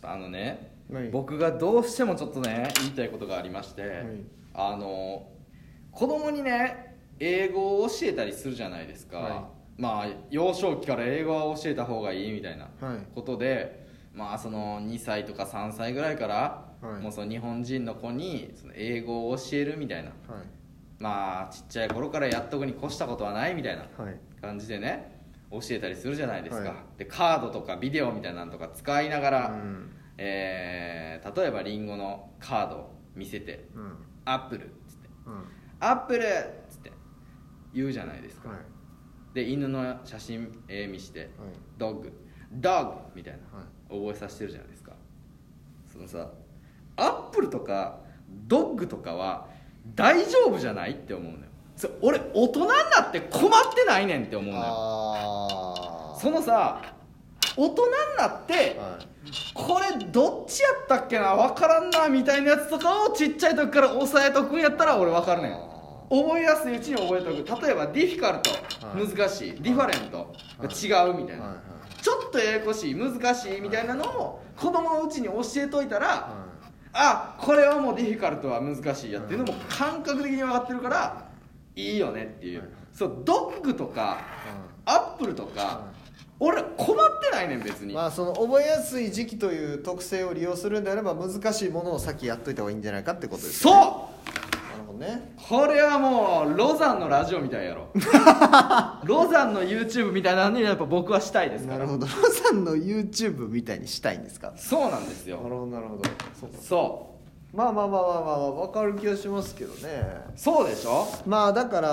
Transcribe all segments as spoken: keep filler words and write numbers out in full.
とあのね、 はい、 僕がどうしてもちょっとね言いたいことがありまして、はい、あの子供にね英語を教えたりするじゃないですか、はい、まあ幼少期から英語は教えた方がいいみたいなことで、はい、まあそのにさいとかさんさいぐらいから、はい、もうその日本人の子にその英語を教えるみたいな、はい、まあちっちゃい頃からやっとくに越したことはないみたいな感じでね教えたりするじゃないですか、はい、でカードとかビデオみたいなのとか使いながら、うんえー、例えばリンゴのカードを見せて、うん、アップルっつって、うん、アップルっつって言うじゃないですか、はい、で犬の写真、えー、見して、はい、ドッグドッグみたいな、はい、覚えさせてるじゃないですか。そのさアップルとかドッグとかは大丈夫じゃないって思うのよ。そ俺大人になって困ってないねんって思うのよ。あそのさ大人になって、はい、これどっちやったっけな分からんなみたいなやつとかをちっちゃい時から押さえとくんやったら俺分かるねん。覚えやすいうちに覚えとく。例えばディフィカルト、はい、難しい、ディファレント、はい、違うみたいな、はいはい、ちょっとややこしい難しいみたいなのを子供のうちに教えといたら、はい、あこれはもうディフィカルトは難しいやっていうのも感覚的に分かってるからいいよねっていう、はい、そうドッグとか、はい、アップルとか、はい俺困ってないねん別に。 まあその覚えやすい時期という特性を利用するんであれば難しいものを先やっといた方がいいんじゃないかってことですね。そうなるほどね。 これはもうロザンのラジオみたいやろロザンの YouTube みたいなのにやっぱ僕はしたいですから。 なるほど。ロザンの YouTube みたいにしたいんですか。 そうなんですよ。 なるほどなるほど。そうかそうまあまあまあまあまあ分かる気がしますけどね。 そうでしょ。 まあだから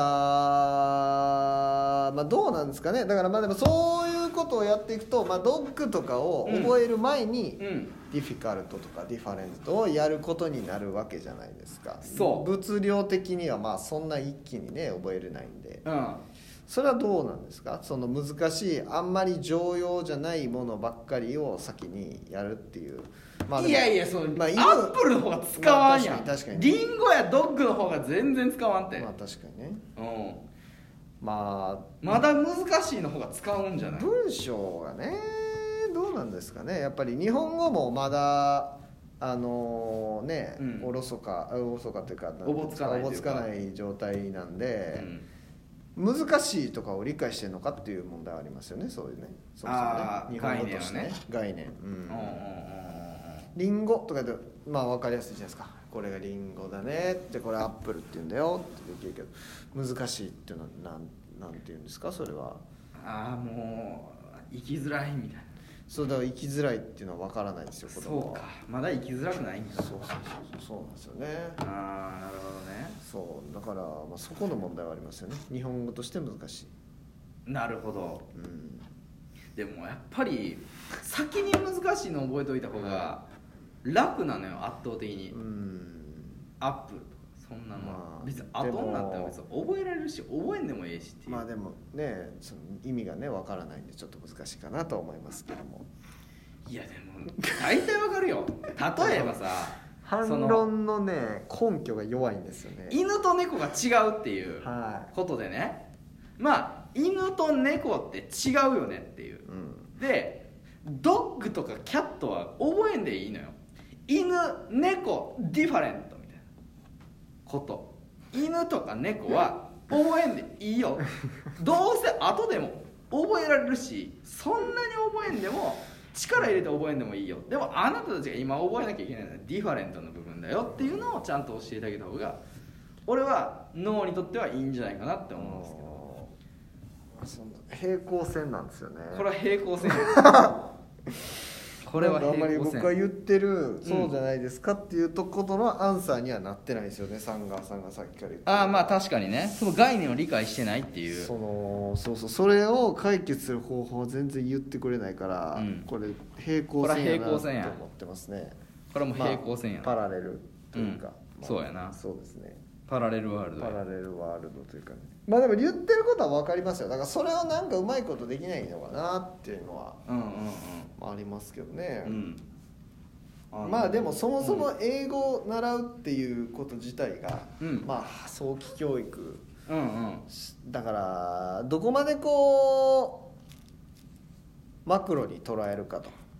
まあどうなんですかね。だからまあでもそういうことをやっていくと、まあ、ドッグとかを覚える前に、うんうん、ディフィカルトとかディファレントをやることになるわけじゃないですか。そう物量的にはまあそんな一気にね覚えれないんで、うん、それはどうなんですか。その難しいあんまり常用じゃないものばっかりを先にやるっていう。まあ、 いやいやその、まあ、アップルの方が使わんやん、まあ、確かに確かにリンゴやドッグの方が全然使わんて。 まあ確かにね、 うん、 まあまだ難しいの方が使うんじゃない。 文章がねどうなんですかね。やっぱり日本語もまだあのー、ね、うん、おろそかおろそかというかおぼつかないおぼつかない状態なんで、うん、難しいとかを理解してるのかっていう問題はありますよね。そういうね、そうそうね、 あ日本語としてね概念、ね、概念、うんうんうんうんリンゴとかでまあ分かりやすいじゃないですか。これがリンゴだねってこれアップルって言うんだよってできるけど難しいっていうのはなんなんて言うんですかそれは。 ああもう生きづらいみたいな。 そうだから生きづらいっていうのは分からないですよ子供は。 そうかまだ生きづらくないんだ。 そうそうそうそうなんですよね。 ああなるほどね。 そうだから、まあ、そこの問題はありますよね。日本語として難しい。 なるほど、うん、でもやっぱり先に難しいの覚えておいた方が楽なのよ圧倒的に。うんアップルとかそんなの、まあ、別に後になったら別に覚えられるし覚えんでもええしっていう。 まあでもねその意味がね分からないんでちょっと難しいかなと思いますけども。 いやでも大体わかるよ例えばさ反論のね根拠が弱いんですよね。 犬と猫が違うっていうことでね、はい、まあ犬と猫って違うよねっていう、うん、でドッグとかキャットは覚えんでいいのよ。犬猫ディファレントみたいなこと。犬とか猫は覚えんでいいよどうせ後でも覚えられるしそんなに覚えんでも力入れて覚えんでもいいよ。でもあなたたちが今覚えなきゃいけないのはディファレントの部分だよっていうのをちゃんと教えてあげた方が俺は脳にとってはいいんじゃないかなって思うんですけど。 平行線なんですよね。 これは平行線これは平行線。 あんまり僕が言ってるそうじゃないですかっていうところのアンサーにはなってないですよね。サンガーさんがさっきから言ってああまあ確かにねその概念を理解してないっていうそのそうそうそれを解決する方法を全然言ってくれないから、うん、これ平行線やなと思ってますね。 これも平行線やな、 まあ、パラレルというか、うんまあ、そうやなそうですねパラレルワールドパラレルワールドというかね。まあでも言ってることは分かりますよ。だからそれをなんかうまいことできないのかなっていうのは、うんうんうんまあ、ありますけどね、うんまあでもそもそも英語を習うっていうこと自体が、うん、まあ早期教育、うんうん、だからどこまでこうマクロに捉えるかと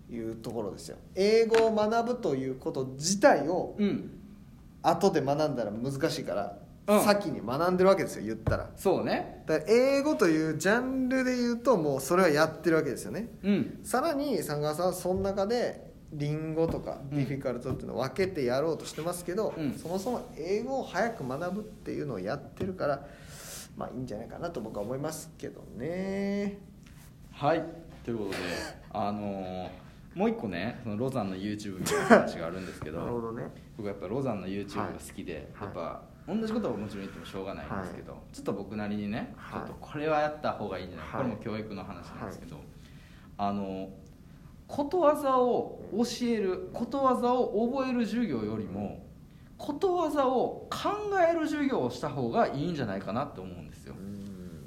いうところですよ。英語を学ぶということ自体を後で学んだら難しいから、うん、先に学んでるわけですよ、言ったら。 そうね。 だから英語というジャンルで言うともうそれはやってるわけですよね、 うん、 さらに佐川さんはその中でリンゴとかディフィカルトっていうのを分けてやろうとしてますけど、うん、そもそも英語を早く学ぶっていうのをやってるから、まあいいんじゃないかなと僕は思いますけどね。 はい、ということであのー、もう一個ね、そのロザンの YouTube みたいな話があるんですけどなるほど、ね、 僕はやっぱロザンの YouTube が好きで、はい、やっぱ同じことはもちろん言ってもしょうがないんですけど、はい、ちょっと僕なりにね、はい、ちょっとこれはやった方がいいんじゃない、はい、これも教育の話なんですけど、はい、あのことわざを教える、ことわざを覚える授業よりもことわざを考える授業をした方がいいんじゃないかなって思うんですよ。 うん、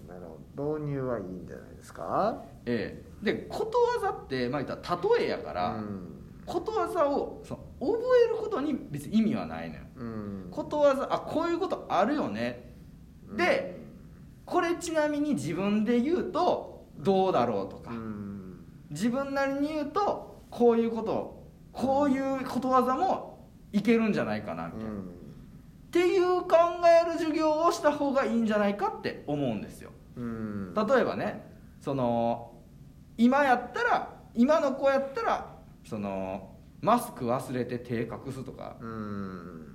なるほど、導入はいいんじゃないですか。 ええ、でことわざってまあ言ったら例えやから、うん、ことわざをその覚えることに別に意味はないのよ、うん、ことわざ、あ、こういうことあるよね、うん、でこれちなみに自分で言うとどうだろうとか、うん、自分なりに言うとこういうことこういうことわざもいけるんじゃないかなみたいな、うん、っていう考える授業をした方がいいんじゃないかって思うんですよ、うん、例えばね、その今やったら今の子やったらそのマスク忘れて手隠すとか、うん、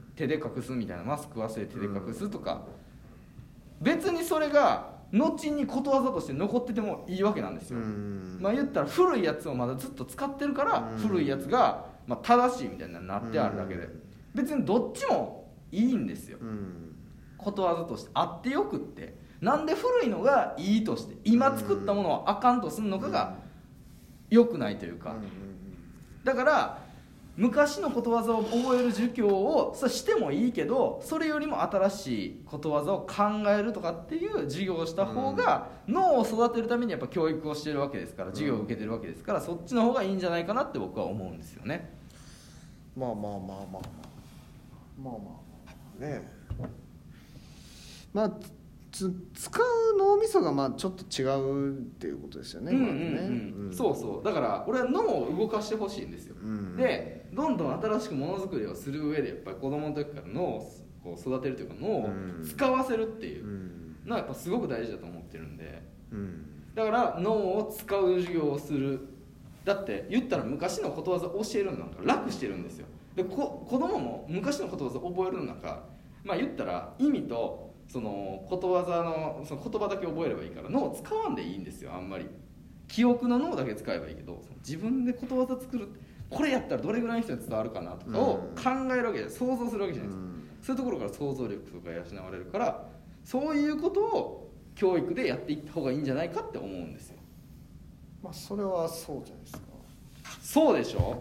手で隠すみたいな、マスク忘れて手で隠すとか、うん、別にそれが後にことわざとして残っててもいいわけなんですよ、うん、まあ言ったら古いやつをまだずっと使ってるから、うん、古いやつがまあ正しいみたいになってあるだけで、うん、別にどっちもいいんですよ、うん、ことわざとしてあってよくって、なんで古いのがいいとして今作ったものをあかんとするのかが良くないというか、だから昔のことわざを覚える授業をしてもいいけど、それよりも新しいことわざを考えるとかっていう授業をした方が脳を育てるためにやっぱ教育をしてるわけですから、授業を受けてるわけですから、そっちの方がいいんじゃないかなって僕は思うんですよね。 まあまあまあまあまあまあまあね、まあつ使う脳みそがまあちょっと違うっていうことですよね。 うんうんうんうん、そうそう、だから俺は脳を動かしてほしいんですよ、うん、でどんどん新しくものづくりをする上でやっぱり子供の時から脳をこう育てるというか脳を使わせるっていうのはやっぱすごく大事だと思ってるんで、うん、だから脳を使う授業をする。だって言ったら昔のことわざ教えるのなんか楽してるんですよ。でこ子供も昔のことわざ覚えるのなんか、まあ言ったら意味とそのことわざのその言葉だけ覚えればいいから脳を使わんでいいんですよ。あんまり記憶の脳だけ使えばいいけど、自分でことわざ作る、これやったらどれぐらいの人に伝わるかなとかを考えるわけで、想像するわけじゃないですか、うん、そういうところから想像力とか養われるから、そういうことを教育でやっていった方がいいんじゃないかって思うんですよ。 まあそれはそうじゃないですか。 そうでしょ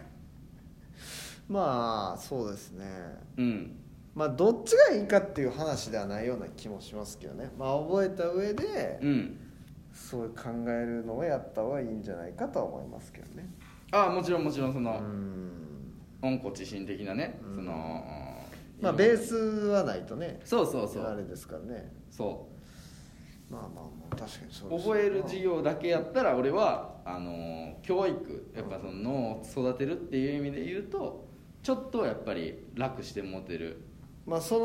まあそうですね、 うん、 まあどっちがいいかっていう話ではないような気もしますけどね。まあ覚えた上で、うん、そういう考えるのをやった方がいいんじゃないかとは思いますけどね。 ああ、もちろんもちろんその温故知新的なね、そのまあベースはないとね、 そうそうそう、 あれですからね。そうまあまあまあ確かにそうです。 覚える授業だけやったら俺はあの教育やっぱその脳を育てるっていう意味で言うとちょっとやっぱり楽して持てる。 まあそ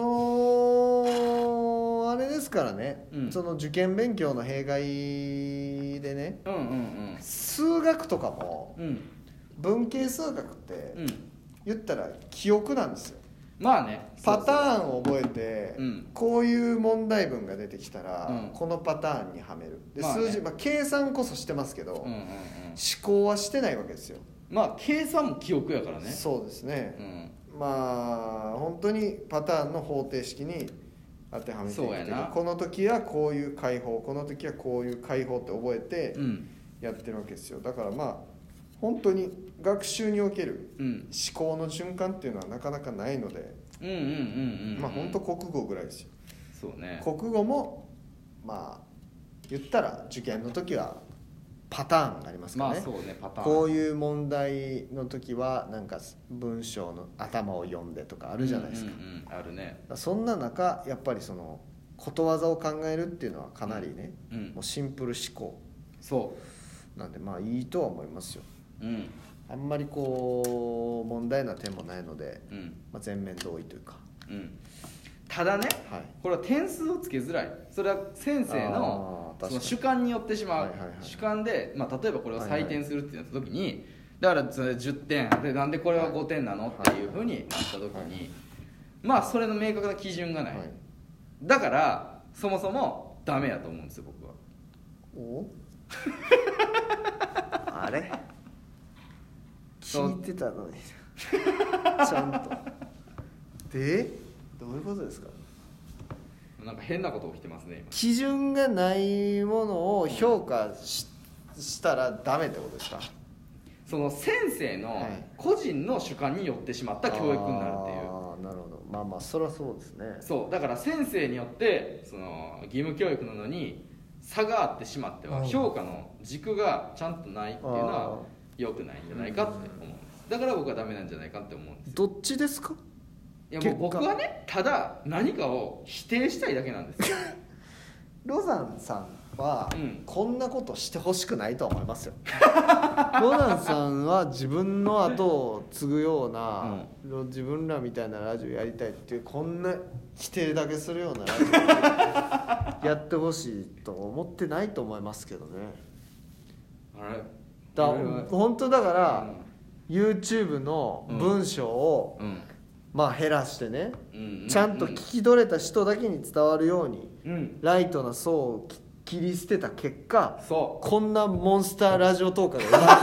のあれですからね、うん、その受験勉強の弊害でね、うんうんうん、数学とかも、うん、文系数学って、うん、言ったら記憶なんですよ。 まあね、 パターンを覚えて、うん、こういう問題文が出てきたら、うん、このパターンにはめるで、まあね、数字、まあ、計算こそしてますけど、うんうんうん、思考はしてないわけですよ。 まあ計算も記憶やからね。 そうですね、うん、まあ本当にパターンの方程式に当てはめていくけど、この時はこういう解法、この時はこういう解法って覚えてやってるわけですよ。だからまあ本当に学習における思考の循環っていうのはなかなかないので、まあ本当国語ぐらいですよ。 そうね。 国語もまあ言ったら受験の時はパターンがありますからね。 まあそうね、パターン。 こういう問題の時はなんか文章の頭を読んでとかあるじゃないですか。 うんうんうん、あるね。 そんな中やっぱりそのことわざを考えるっていうのはかなりね、うんうん、もうシンプル思考。 そう。 なんでまあいいとは思いますよ。 うん、 あんまりこう問題な点もないので、 うんまあ、全面同意というか、 うん、ただね、はい、これは点数をつけづらい。それは先生のその主観によってしまう、はいはいはい、主観で、まあ、例えばこれを採点するってなった時に、はいはい、だからそれじゅってんでなんでこれはごてんなのっていうふうになった時に、はいはい、まあそれの明確な基準がない、はい、だからそもそもダメやと思うんですよ僕は。 おあれ聞いてたのにちゃんとでどういうことですか。 なんか変なこと起きてますね今。 基準がないものを評価 し,、うん、したらダメってことですか。 その先生の個人の主観によってしまった教育になるっていう、 はい、あなるほど。まあまあそりゃそうですね。 そうだから先生によってその義務教育なのに差があってしまっては評価の軸がちゃんとないっていうのは良くないんじゃないかって思うんです。だから僕はダメなんじゃないかって思うんです。 どっちですか。 いやもう僕はねただ何かを否定したいだけなんですよロザンさんはこんなことしてほしくないと思いますよロザンさんは自分の後を継ぐような、うん、自分らみたいなラジオやりたいっていうこんな否定だけするようなラジオやってほしいと思ってないと思いますけどね。 あれだ本当だから、うん、YouTube の文章を、うんうんまあ減らしてね、うんうんうん、ちゃんと聞き取れた人だけに伝わるように、うん、ライトな層を切り捨てた結果、そうこんなモンスターラジオトーカーが生まれて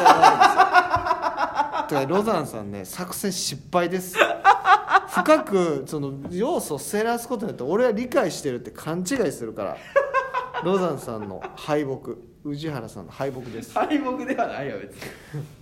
ないんですよロザンさんね作戦失敗です深くその要素をせらすことによって俺は理解してるって勘違いするからロザンさんの敗北、宇治原さんの敗北です。 敗北ではないよ別に